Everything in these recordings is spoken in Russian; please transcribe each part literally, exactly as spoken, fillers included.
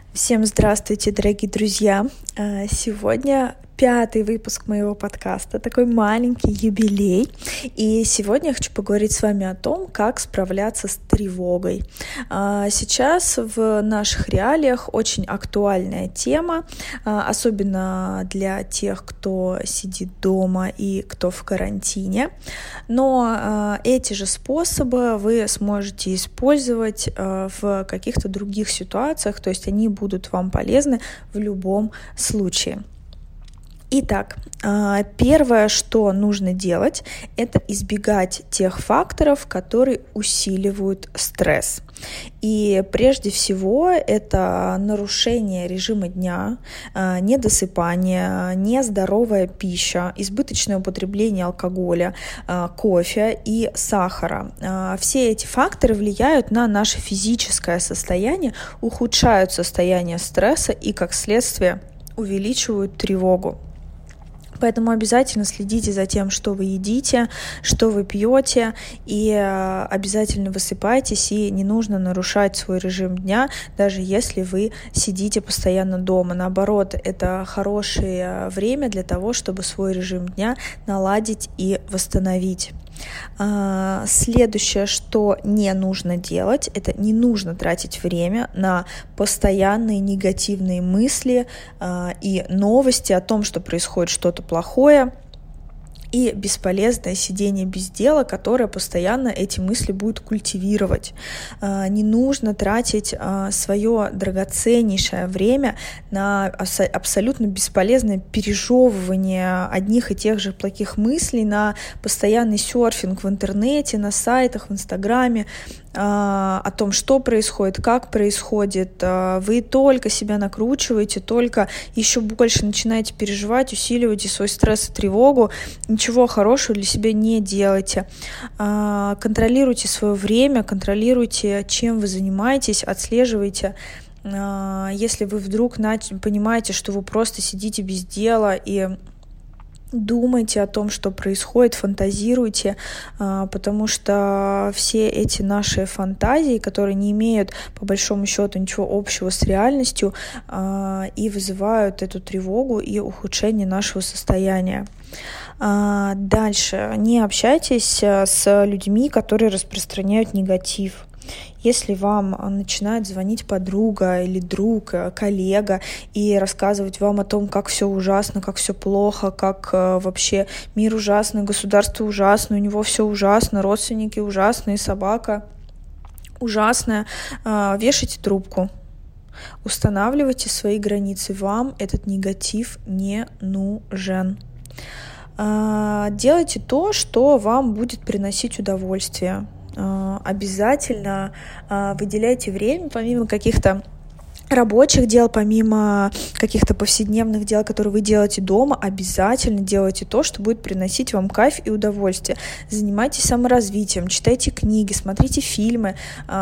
Всем здравствуйте, дорогие друзья! Сегодня пятый выпуск моего подкаста, такой маленький юбилей. И сегодня я хочу поговорить с вами о том, как справляться с тревогой. Сейчас в наших реалиях очень актуальная тема, особенно для тех, кто сидит дома и кто в карантине. Но эти же способы вы сможете использовать в каких-то других ситуациях, то есть они будут вам полезны в любом случае. Итак, первое, что нужно делать, это избегать тех факторов, которые усиливают стресс. И прежде всего это нарушение режима дня, недосыпание, нездоровая пища, избыточное употребление алкоголя, кофе и сахара. Все эти факторы влияют на наше физическое состояние, ухудшают состояние стресса и, как следствие, увеличивают тревогу. Поэтому обязательно следите за тем, что вы едите, что вы пьете, и обязательно высыпайтесь, и не нужно нарушать свой режим дня, даже если вы сидите постоянно дома. Наоборот, это хорошее время для того, чтобы свой режим дня наладить и восстановить. Следующее, что не нужно делать, это не нужно тратить время на постоянные негативные мысли и новости о том, что происходит что-то плохое, и бесполезное сидение без дела, которое постоянно эти мысли будет культивировать. Не нужно тратить свое драгоценнейшее время на абсолютно бесполезное пережевывание одних и тех же плохих мыслей, на постоянный серфинг в интернете, на сайтах, в Инстаграме, о том, что происходит, как происходит. Вы только себя накручиваете, только еще больше начинаете переживать, усиливаете свой стресс и тревогу. Ничего хорошего для себя не делайте. Контролируйте свое время, контролируйте, чем вы занимаетесь, отслеживайте. Если вы вдруг понимаете, что вы просто сидите без дела и думайте о том, что происходит, фантазируйте, потому что все эти наши фантазии, которые не имеют по большому счету ничего общего с реальностью, и вызывают эту тревогу и ухудшение нашего состояния. Дальше. Не общайтесь с людьми, которые распространяют негатив. Если вам начинает звонить подруга или друг, коллега и рассказывать вам о том, как все ужасно, как все плохо, как вообще мир ужасный, государство ужасно, у него все ужасно, родственники ужасные, собака ужасная, вешайте трубку. Устанавливайте свои границы. Вам этот негатив не нужен. Делайте то, что вам будет приносить удовольствие. Обязательно выделяйте время, помимо каких-то рабочих дел, помимо каких-то повседневных дел, которые вы делаете дома, обязательно делайте то, что будет приносить вам кайф и удовольствие. Занимайтесь саморазвитием, читайте книги, смотрите фильмы.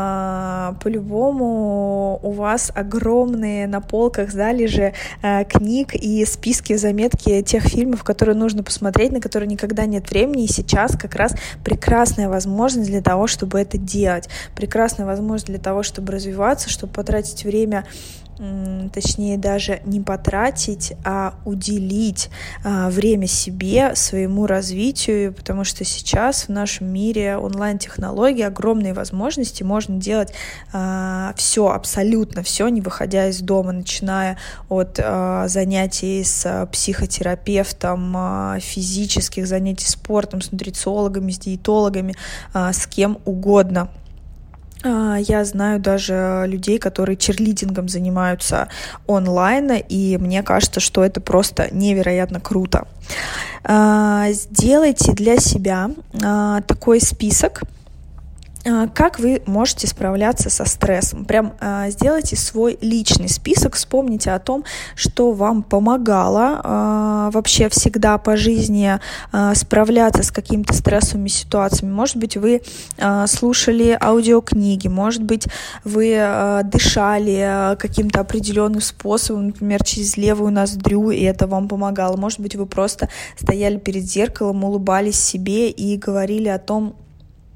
По-любому у вас огромные на полках залежи книг и списки, заметки тех фильмов, которые нужно посмотреть, на которые никогда нет времени. И сейчас как раз прекрасная возможность для того, чтобы это делать. Прекрасная возможность для того, чтобы развиваться, чтобы потратить время, точнее даже не потратить, а уделить а, время себе, своему развитию, потому что сейчас в нашем мире онлайн-технологии, огромные возможности, можно делать а, все, абсолютно все, не выходя из дома, начиная от а, занятий с психотерапевтом, а, физических занятий спортом, с нутрициологами, с диетологами, а, с кем угодно. Я знаю даже людей, которые черлидингом занимаются онлайн, и мне кажется, что это просто невероятно круто. Сделайте для себя такой список, как вы можете справляться со стрессом. Прям э, сделайте свой личный список, вспомните о том, что вам помогало э, вообще всегда по жизни э, справляться с какими-то стрессовыми ситуациями. Может быть, вы э, слушали аудиокниги, может быть, вы э, дышали каким-то определенным способом, например, через левую ноздрю, и это вам помогало. Может быть, вы просто стояли перед зеркалом, улыбались себе и говорили о том,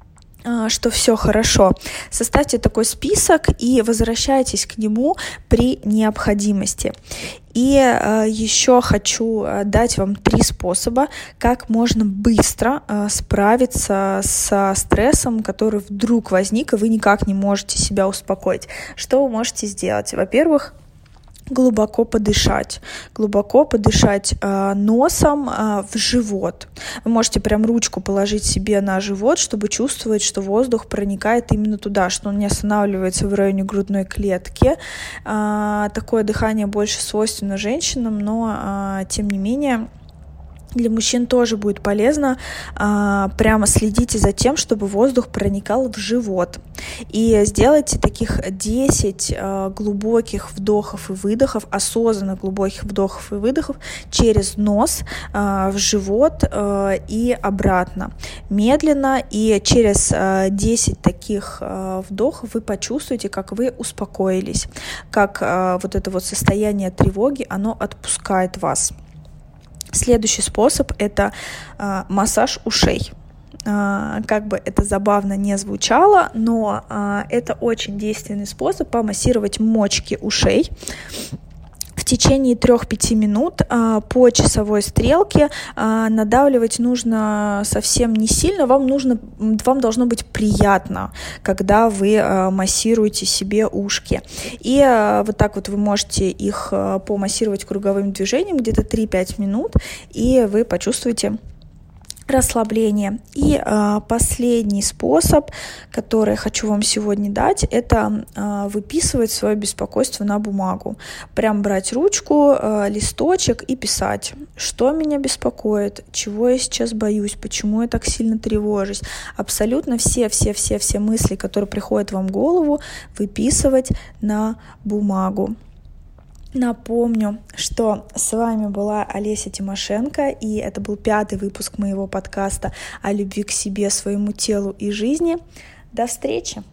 что все хорошо. Составьте такой список и возвращайтесь к нему при необходимости. И э, еще хочу дать вам три способа, как можно быстро э, справиться со стрессом, который вдруг возник, и вы никак не можете себя успокоить. Что вы можете сделать? Во-первых, глубоко подышать, глубоко подышать э, носом э, в живот. Вы можете прям ручку положить себе на живот, чтобы чувствовать, что воздух проникает именно туда, что он не останавливается в районе грудной клетки. Э, такое дыхание больше свойственно женщинам, но э, тем не менее для мужчин тоже будет полезно а, прямо следите за тем, чтобы воздух проникал в живот. И сделайте таких десять а, глубоких вдохов и выдохов, осознанно глубоких вдохов и выдохов через нос а, в живот а, и обратно. Медленно, и через а, десять таких а, вдохов вы почувствуете, как вы успокоились, как а, вот это вот состояние тревоги, оно отпускает вас. Следующий способ – это э, массаж ушей. Э, как бы это забавно не звучало, но э, это очень действенный способ помассировать мочки ушей. В течение трех-пяти минут а, по часовой стрелке а, надавливать нужно совсем не сильно, вам, нужно, вам должно быть приятно, когда вы а, массируете себе ушки. И а, вот так вот вы можете их а, помассировать круговым движением где-то три-пять минут, и вы почувствуете расслабление. И э, последний способ, который хочу вам сегодня дать, это э, выписывать свое беспокойство на бумагу. Прям брать ручку, э, листочек и писать, что меня беспокоит, чего я сейчас боюсь, почему я так сильно тревожусь. Абсолютно все-все-все-все мысли, которые приходят вам в голову, выписывать на бумагу. Напомню, что с вами была Олеся Тимошенко, и это был пятый выпуск моего подкаста о любви к себе, своему телу и жизни. До встречи!